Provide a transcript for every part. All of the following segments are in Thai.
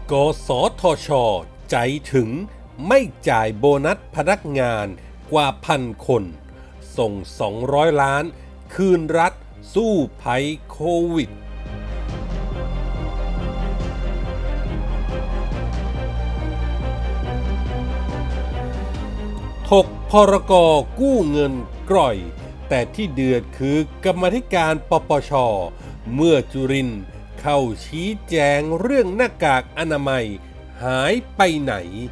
กสทช.ใจถึงไม่จ่ายโบนัสพนักงานกว่าพันคนส่ง200 ล้านคืนรัฐสู้ภัยโควิดถกพรก.กู้เงินกร่อยแต่ที่เดือดคือกรรมาธิการปปช.เมื่อจุรินทร์เข้าชี้แจงเรื่องหน้ากากอนามัยหายไปไหน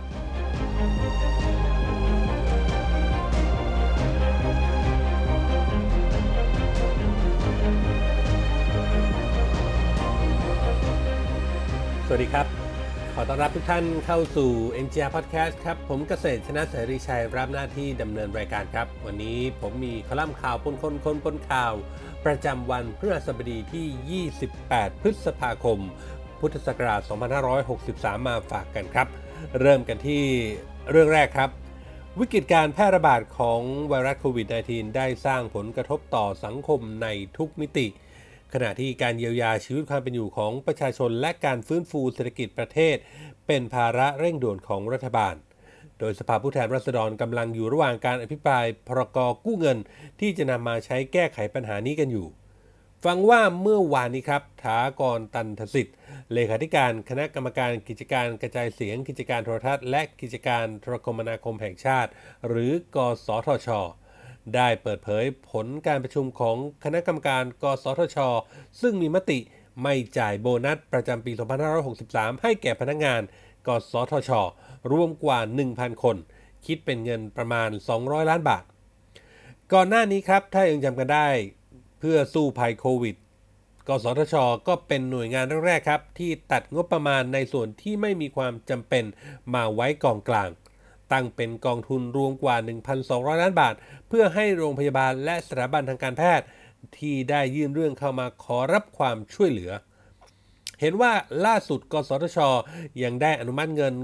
สวัสดีครับขอต้อนรับทุกท่านเข้าสู่ MGR Podcast ครับผมเกษตรชนะเสรีชัยรับหน้าที่ดำเนินรายการครับวันนี้ผมมีคอลัมน์ข่าวปนข่าวประจำวันพฤหัสบดีที่28พฤษภาคมพุทธศักราช2563มาฝากกันครับเริ่มกันที่เรื่องแรกครับวิกฤตการแพร่ระบาดของไวรัสโควิด -19 ได้สร้างผลกระทบต่อสังคมในทุกมิติขณะที่การเยียวยาชีวิตความเป็นอยู่ของประชาชนและการฟื้นฟูเศรษฐกิจประเทศเป็นภาระเร่งด่วนของรัฐบาลโดยสภาผู้แทนราษฎรกำลังอยู่ระหว่างการอภิปรายพรก.กู้เงินที่จะนำมาใช้แก้ไขปัญหานี้กันอยู่ฟังว่าเมื่อวานนี้ครับถากร ตันทสิทธิ์เลขาธิการคณะกรรมการกิจการกระจายเสียงกิจการโทรทัศน์และกิจการโทรคมนาคมแห่งชาติหรือกสทช.ได้เปิดเผยผลการประชุมของคณะกรรมการกสทช.ซึ่งมีมติไม่จ่ายโบนัสประจำปี 2563 ให้แก่พนักงานกสทช.รวมกว่า 1,000 คนคิดเป็นเงินประมาณ200 ล้านบาทก่อนหน้านี้ครับถ้ายังจำกันได้เพื่อสู้ภัยโควิดกสทช.ก็เป็นหน่วยงานแรกๆครับที่ตัดงบประมาณในส่วนที่ไม่มีความจำเป็นมาไว้กองกลางตั้งเป็นกองทุนรวมกว่า 1,200 ล้านบาทเพื่อให้โรงพยาบาลและสถาบันทางการแพทย์ที่ได้ยื่นเรื่องเข้ามาขอรับความช่วยเหลือเห็นว่าล่าสุดกสทช.ยังได้อนุมัติเงิน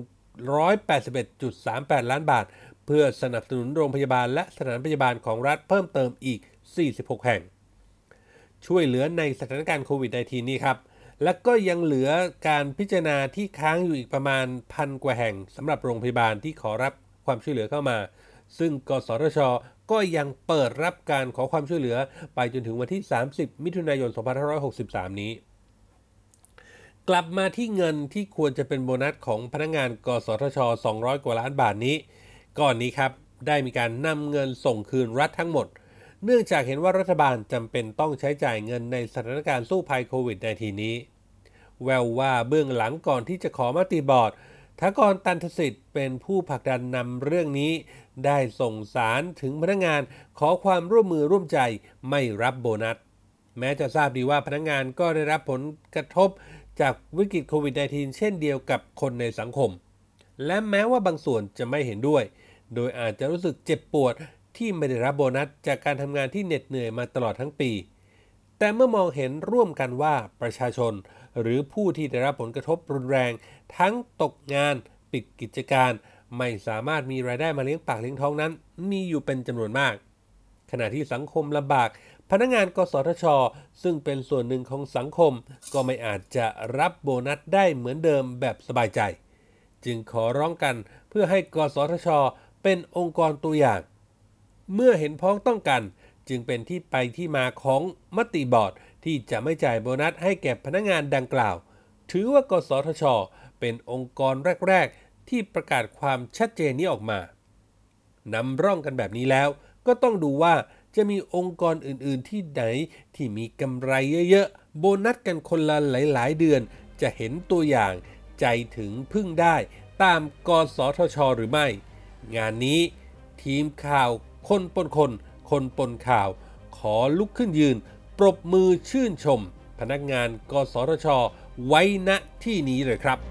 181.38 ล้านบาทเพื่อสนับสนุนโรงพยาบาลและสถานพยาบาลของรัฐเพิ่มเติมอีก46 แห่งช่วยเหลือในสถานการณ์โควิด -19 นี้ครับและก็ยังเหลือการพิจารณาที่ค้างอยู่อีกประมาณ 1,000 กว่าแห่งสำหรับโรงพยาบาลที่ขอรับความช่วยเหลือเข้ามาซึ่งกสทช.ก็ยังเปิดรับการขอความช่วยเหลือไปจนถึงวันที่30มิถุนายน2563นี้กลับมาที่เงินที่ควรจะเป็นโบนัสของพนักงานกสทช200 กว่าล้านบาทนี้ก่อนนี้ครับได้มีการนำเงินส่งคืนรัฐทั้งหมดเนื่องจากเห็นว่ารัฐบาลจำเป็นต้องใช้จ่ายเงินในสถานการณ์สู้ภัยโควิด -19 นี้แววว่าเบื้องหลังก่อนที่จะขอมติบอร์ดถากร ตันทสิทธิ์เป็นผู้ผลักดันนำเรื่องนี้ได้ส่งสารถึงพนักงานขอความร่วมมือร่วมใจไม่รับโบนัสแม้จะทราบดีว่าพนักงานก็ได้รับผลกระทบจากวิกฤตโควิด -19 เช่นเดียวกับคนในสังคมและแม้ว่าบางส่วนจะไม่เห็นด้วยโดยอาจจะรู้สึกเจ็บปวดที่ไม่ได้รับโบนัสจากการทำงานที่เหน็ดเหนื่อยมาตลอดทั้งปีแต่เมื่อมองเห็นร่วมกันว่าประชาชนหรือผู้ที่ได้รับผลกระทบรุนแรงทั้งตกงานปิดกิจการไม่สามารถมีรายได้มาเลี้ยงปากเลี้ยงท้องนั้นมีอยู่เป็นจำนวนมากขณะที่สังคมลำบากพนักงานกสทช.ซึ่งเป็นส่วนหนึ่งของสังคมก็ไม่อาจจะรับโบนัสได้เหมือนเดิมแบบสบายใจจึงขอร้องกันเพื่อให้กสทช.เป็นองค์กรตัวอย่างเมื่อเห็นพ้องต้องกันจึงเป็นที่ไปที่มาของมติบอร์ดที่จะไม่จ่ายโบนัสให้แก่พนักงานดังกล่าวถือว่ากสทช.เป็นองค์กรแรกๆที่ประกาศความชัดเจนนี้ออกมานำร่องกันแบบนี้แล้วก็ต้องดูว่าจะมีองค์กรอื่นๆที่ไหนที่มีกำไรเยอะๆโบนัสกันคนละหลายๆเดือนจะเห็นตัวอย่างใจถึงพึ่งได้ตามกสทช.หรือไม่งานนี้ทีมข่าวคนปนข่าวขอลุกขึ้นยืนปรบมือชื่นชมพนักงานกสทช.ไว้ณที่นี้เลยครับ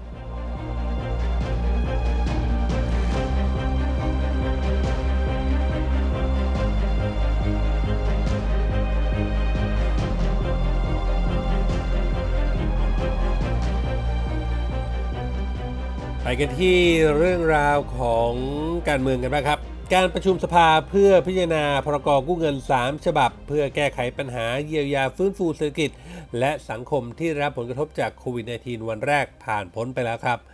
ไปกันที่เรื่องราวของการเมืองกันบ้างครับการประชุมสภาเพื่อพิจารณาพรก.กู้เงิน3ฉบับเพื่อแก้ไขปัญหาเยียวยาฟื้นฟูเศรษฐกิจและสังคมที่ได้รับผลกระทบจากโควิด -19 วันแรกผ่านพ้นไปแล้วครับ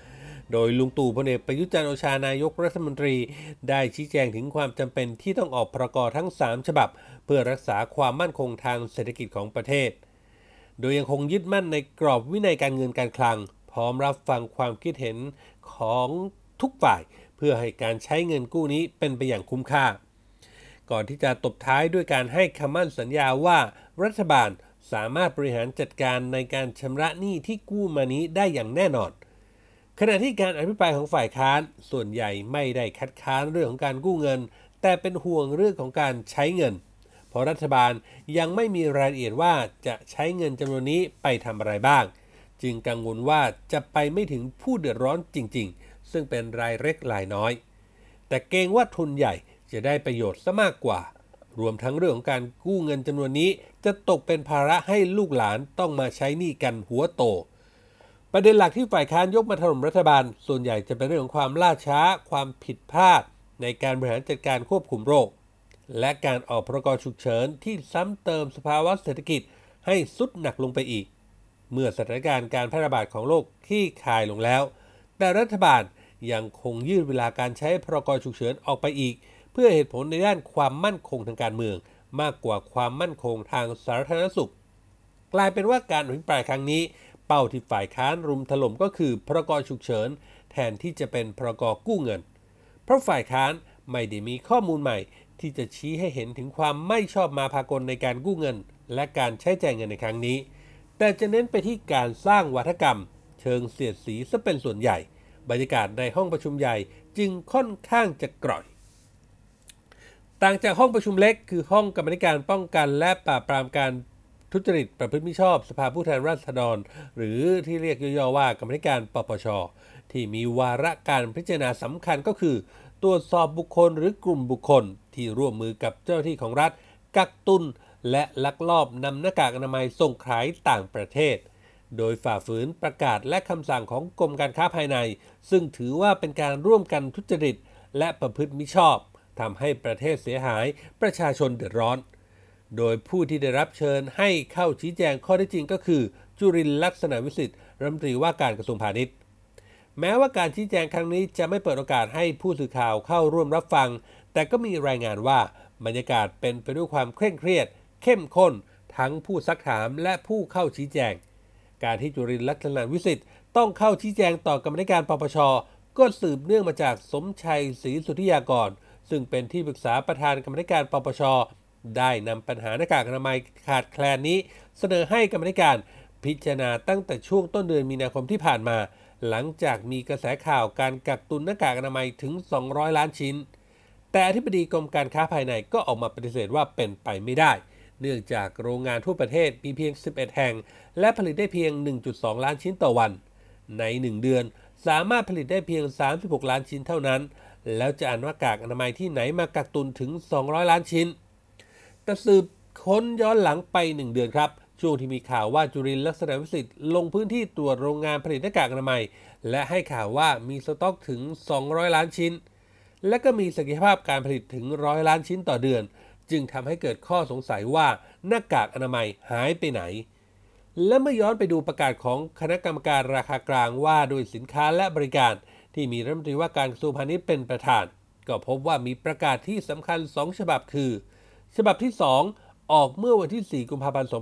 โดยลุงตู่พลเอกประยุทธ์จันทร์โอชานายกรัฐมนตรีได้ชี้แจงถึงความจำเป็นที่ต้องออกพรกทั้ง3ฉบับเพื่อรักษาความมั่นคงทางเศรษฐกิจของประเทศโดยยังคงยึดมั่นในกรอบวินัยการเงินการคลังพร้อมรับฟังความคิดเห็นของทุกฝ่ายเพื่อให้การใช้เงินกู้นี้เป็นไปอย่างคุ้มค่าก่อนที่จะตบท้ายด้วยการให้คำมั่นสัญญาว่ารัฐบาลสามารถบริหารจัดการในการชำระหนี้ที่กู้มานี้ได้อย่างแน่นอนขณะที่การอภิปรายของฝ่ายค้านส่วนใหญ่ไม่ได้คัดค้านเรื่องของการกู้เงินแต่เป็นห่วงเรื่องของการใช้เงินเพราะรัฐบาลยังไม่มีรายละเอียดว่าจะใช้เงินจำนวนนี้ไปทำอะไรบ้างจึงกังวลว่าจะไปไม่ถึงผู้เดือดร้อนจริงๆซึ่งเป็นรายเล็กรายน้อยแต่เกรงว่าทุนใหญ่จะได้ประโยชน์ซะมากกว่ารวมทั้งเรื่องของการกู้เงินจำนวนนี้จะตกเป็นภาระให้ลูกหลานต้องมาใช้หนี้กันหัวโตประเด็นหลักที่ฝ่ายค้านยกมาถล่มรัฐบาลส่วนใหญ่จะเป็นเรื่องของความล่าช้าความผิดพลาดในการบริหารจัดการควบคุมโรคและการออกพรกฉุกเฉินที่ซ้ำเติมสภาวะเศรษฐกิจให้ทรุดหนักลงไปอีกเมื่อสถานการณ์การแพร่ระบาดของโรคคลี่คลายลงแล้วแต่รัฐบาลยังคงยืดเวลาการใช้พรกฉุกเฉินออกไปอีกเพื่อเหตุผลในด้านความมั่นคงทางการเมืองมากกว่าความมั่นคงทางสาธารณสุขกลายเป็นว่าการอภิปรายครั้งนี้เป้าที่ฝ่ายค้านรุมถล่มก็คือพรกฉุกเฉินแทนที่จะเป็นพรกกู้เงินเพราะฝ่ายค้านไม่ได้มีข้อมูลใหม่ที่จะชี้ให้เห็นถึงความไม่ชอบมาพากลในการกู้เงินและการใช้จ่ายเงินในครั้งนี้แต่จะเน้นไปที่การสร้างวัฒกรรมเชิงเสียดสีซะเป็นส่วนใหญ่บรรยากาศในห้องประชุมใหญ่จึงค่อนข้างจะกร่อยต่างจากห้องประชุมเล็กคือห้องกรรมาธิการป้องกันและปราบปรามการทุจริตประพฤติมิชอบสภาผู้แทนราษฎรหรือที่เรียกย่อๆว่ากรรมาธิการปปชที่มีวาระการพิจารณาสำคัญก็คือตรวจสอบบุคคลหรือกลุ่มบุคคลที่ร่วมมือกับเจ้าหน้าที่ของรัฐกักตุนและลักลอบนำหน้ากากอนามัยส่งขายต่างประเทศโดยฝ่าฝืนประกาศและคำสั่งของกรมการค้าภายในซึ่งถือว่าเป็นการร่วมกันทุจริตและประพฤติมิชอบทำให้ประเทศเสียหายประชาชนเดือดร้อนโดยผู้ที่ได้รับเชิญให้เข้าชี้แจงข้อเท็จจริงก็คือจุรินทร์ลักษณะวิสิทธิ์รัฐมนตรีว่าการกระทรวงพาณิชย์แม้ว่าการชี้แจงครั้งนี้จะไม่เปิดโอกาสให้ผู้สื่อข่าวเข้าร่วมรับฟังแต่ก็มีรายงานว่าบรรยากาศเป็นไปด้วยความเคร่งเครียดเข้มข้นทั้งผู้ซักถามและผู้เข้าชี้แจงการที่จุรินทร์ลักษณะวิสิทธิ์ต้องเข้าชี้แจงต่อกรรมาธิการปปชก็สืบเนื่องมาจากสมชัยศรีสุทธิยากรซึ่งเป็นที่ปรึกษาประธานกรรมาธิการปปชได้นำปัญหาหน้ากากอนามัยขาดแคลนนี้เสนอให้กรรมาธิการพิจารณาตั้งแต่ช่วงต้นเดือนมีนาคมที่ผ่านมาหลังจากมีกระแสข่าวการกักตุนหน้ากากอนามัยถึง200ล้านชิ้นแต่อธิบดีกรมการค้าภายในก็ออกมาปฏิเสธว่าเป็นไปไม่ได้เนื่องจากโรงงานทั่วประเทศมีเพียง11แห่งและผลิตได้เพียง 1.2 ล้านชิ้นต่อวันใน1เดือนสามารถผลิตได้เพียง36ล้านชิ้นเท่านั้นแล้วจะหน้ากากอนามัยที่ไหนมากักตุนถึง200ล้านชิ้นแต่สืบค้นย้อนหลังไป1เดือนครับช่วงที่มีข่าวว่าจุรินทร์ลักษณะวิสิทธิ์ลงพื้นที่ตรวจโรงงานผลิตหน้ากากอนามัยและให้ข่าวว่ามีสต็อกถึง200ล้านชิ้นและก็มีศักยภาพการผลิตถึง100ล้านชิ้นต่อเดือนจึงทำให้เกิดข้อสงสัยว่าหน้ากากอนามัยหายไปไหนและเมื่อย้อนไปดูประกาศของคณะกรรมการราคากลางว่าด้วยสินค้าและบริการที่มีรัฐมนตรีว่าการกระทรวงพาณิชย์เป็นประธานก็พบว่ามีประกาศที่สำคัญ2ฉบับคือฉบับที่2ออกเมื่อวันที่4กุมภาพันธ์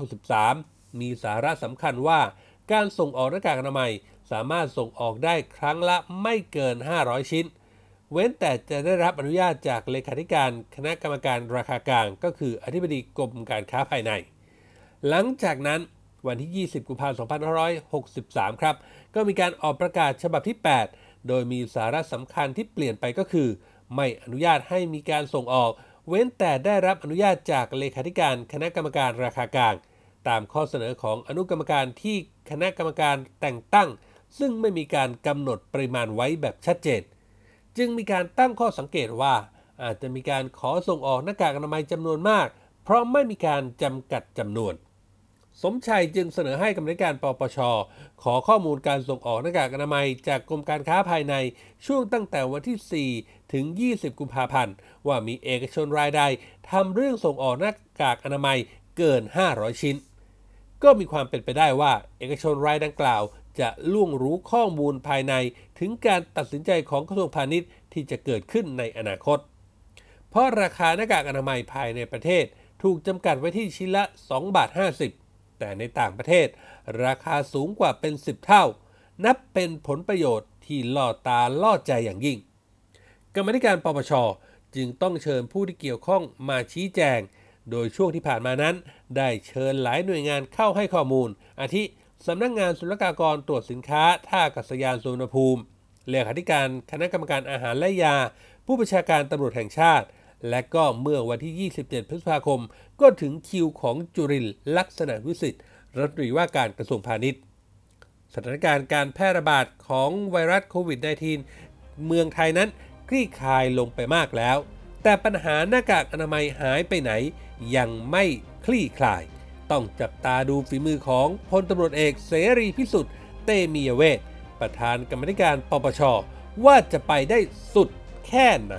2563มีสาระสำคัญว่าการส่งออกหน้ากากอนามัยสามารถส่งออกได้ครั้งละไม่เกิน500ชิ้นเว้นแต่จะได้รับอนุญาตจากเลขาธิการคณะกรรมการราคากลางก็คืออธิบดีกรมการค้าภายในหลังจากนั้นวันที่20กุมภาพันธ์2563ครับก็มีการออกประกาศฉบับที่8โดยมีสาระสำคัญที่เปลี่ยนไปก็คือไม่อนุญาตให้มีการส่งออกเว้นแต่ได้รับอนุญาตจากเลขาธิการคณะกรรมการราคากลางตามข้อเสนอของอนุกรรมการที่คณะกรรมการแต่งตั้งซึ่งไม่มีการกำหนดปริมาณไว้แบบชัดเจนจึงมีการตั้งข้อสังเกตว่าอาจจะมีการขอส่งออกหน้ากากอนามัยจำนวนมากเพราะไม่มีการจำกัดจำนวนสมชัยจึงเสนอให้กรรมาธิการปปชขอข้อมูลการส่งออกหน้ากากอนามัยจากกรมการค้าภายในช่วงตั้งแต่วันที่4ถึง20กุมภาพันธ์ว่ามีเอกชนรายใดทำเรื่องส่งออกหน้ากากอนามัยเกิน500ชิ้นก็มีความเป็นไปได้ว่าเอกชนรายดังกล่าวจะล่วงรู้ข้อมูลภายในถึงการตัดสินใจของกระทรวงพาณิชย์ที่จะเกิดขึ้นในอนาคตเพราะราคาหน้ากากอนามัยภายในประเทศถูกจำกัดไว้ที่ชิ้นละ2.50 บาทแต่ในต่างประเทศราคาสูงกว่าเป็น10 เท่านับเป็นผลประโยชน์ที่ล่อตาล่อใจอย่างยิ่งกรรมาธิการปปช.จึงต้องเชิญผู้ที่เกี่ยวข้องมาชี้แจงโดยช่วงที่ผ่านมานั้นได้เชิญหลายหน่วยงานเข้าให้ข้อมูลอาทิสำนักงานศุลกากรตรวจสินค้าท่าอากาศยานสุวรรณภูมิเลขาธิการคณะกรรมการอาหารและยาผู้บัญชาการตำรวจแห่งชาติและก็เมื่อวันที่ 27 พฤษภาคมก็ถึงคิวของจุรินทร์ลักษณะวิสิทธิ์รัฐมนตรีว่าการกระทรวงพาณิชย์สถานการณ์การแพร่ระบาดของไวรัสโควิด -19 เมืองไทยนั้นคลี่คลายลงไปมากแล้วแต่ปัญหาหน้ากากอนามัยหายไปไหนยังไม่คลี่คลายต้องจับตาดูฝีมือของพลตำรวจเอกเสรีพิสุทธิ์เตมียเวทประธานกรรมาธิการปปช.ว่าจะไปได้สุดแค่ไหน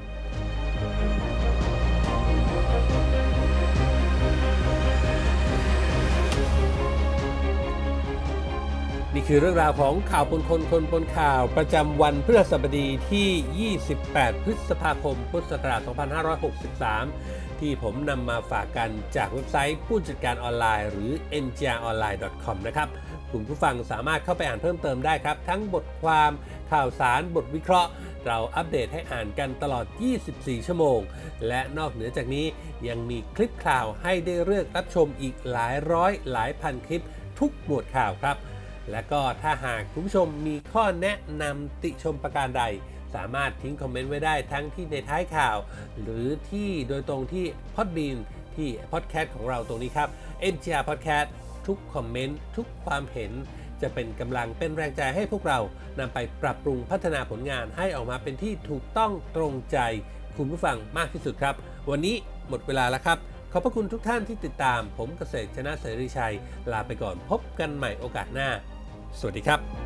นี่คือเรื่องราวของข่าวปนคนปนข่าวประจำวันพฤหัสบดีที่ 28 พฤษภาคม พุทธศักราช 2563 ที่ผมนำมาฝากกันจากเว็บไซต์ผู้จัดการออนไลน์หรือ ngronline.com นะครับคุณผู้ฟังสามารถเข้าไปอ่านเพิ่มเติมได้ครับทั้งบทความข่าวสารบทวิเคราะห์เราอัปเดตให้อ่านกันตลอด 24 ชั่วโมงและนอกเหนือจากนี้ยังมีคลิปข่าวให้ได้เลือกรับชมอีกหลายร้อยหลายพันคลิปทุกหมวดข่าวครับและก็ถ้าหากคุณผู้ชมมีข้อแนะนำติชมประการใดสามารถทิ้งคอมเมนต์ไว้ได้ทั้งที่ในท้ายข่าวหรือที่โดยตรงที่ Podbean ที่พอดแคสต์ของเราตรงนี้ครับ MGR Podcast ทุกคอมเมนต์ทุกความเห็นจะเป็นกำลังเป็นแรงใจให้พวกเรานำไปปรับปรุงพัฒนาผลงานให้ออกมาเป็นที่ถูกต้องตรงใจคุณผู้ฟังมากที่สุดครับวันนี้หมดเวลาแล้วครับขอบพระคุณทุกท่านที่ติดตามผมเกษตรชนะเสรีชัยลาไปก่อนพบกันใหม่โอกาสหน้าสวัสดีครับ